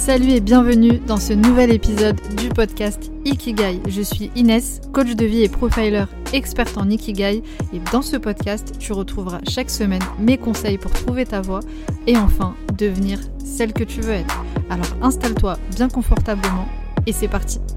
Salut et bienvenue dans ce nouvel épisode du podcast Ikigai. Je suis Inès, coach de vie et profiler experte en Ikigai, et dans ce podcast, tu retrouveras chaque semaine mes conseils pour trouver ta voie et enfin devenir celle que tu veux être. Alors installe-toi bien confortablement et c'est parti.